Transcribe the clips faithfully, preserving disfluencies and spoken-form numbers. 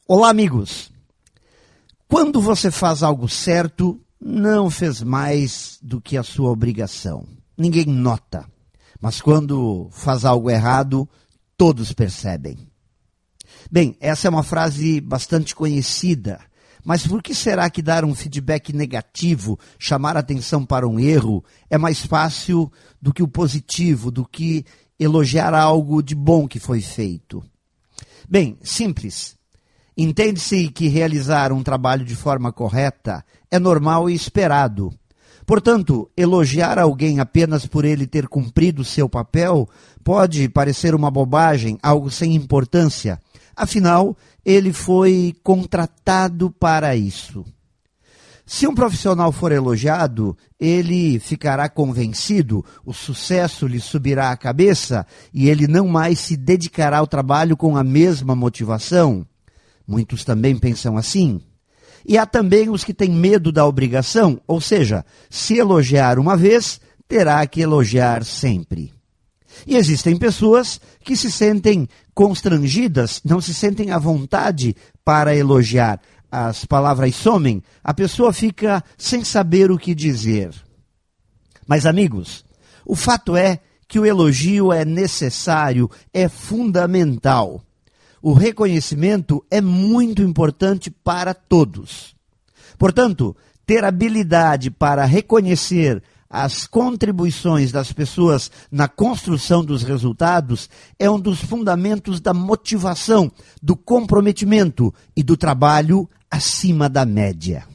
Olá, amigos! Quando você faz algo certo, não fez mais do que a sua obrigação. Ninguém nota. Mas quando faz algo errado, todos percebem. Bem, essa é uma frase bastante conhecida. Mas por que será que dar um feedback negativo, chamar atenção para um erro, é mais fácil do que o positivo, do que elogiar algo de bom que foi feito? Bem, simples. Entende-se que realizar um trabalho de forma correta é normal e esperado. Portanto, elogiar alguém apenas por ele ter cumprido seu papel pode parecer uma bobagem, algo sem importância. Afinal, ele foi contratado para isso. Se um profissional for elogiado, ele ficará convencido, o sucesso lhe subirá à cabeça e ele não mais se dedicará ao trabalho com a mesma motivação. Muitos também pensam assim. E há também os que têm medo da obrigação, ou seja, se elogiar uma vez, terá que elogiar sempre. E existem pessoas que se sentem constrangidas, não se sentem à vontade para elogiar. As palavras somem, a pessoa fica sem saber o que dizer. Mas, amigos, o fato é que o elogio é necessário, é fundamental. O reconhecimento é muito importante para todos. Portanto, ter habilidade para reconhecer as contribuições das pessoas na construção dos resultados é um dos fundamentos da motivação, do comprometimento e do trabalho acima da média.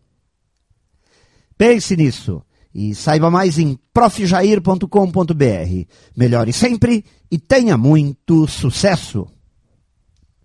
Pense nisso e saiba mais em prof jair ponto com ponto br. Melhore sempre e tenha muito sucesso!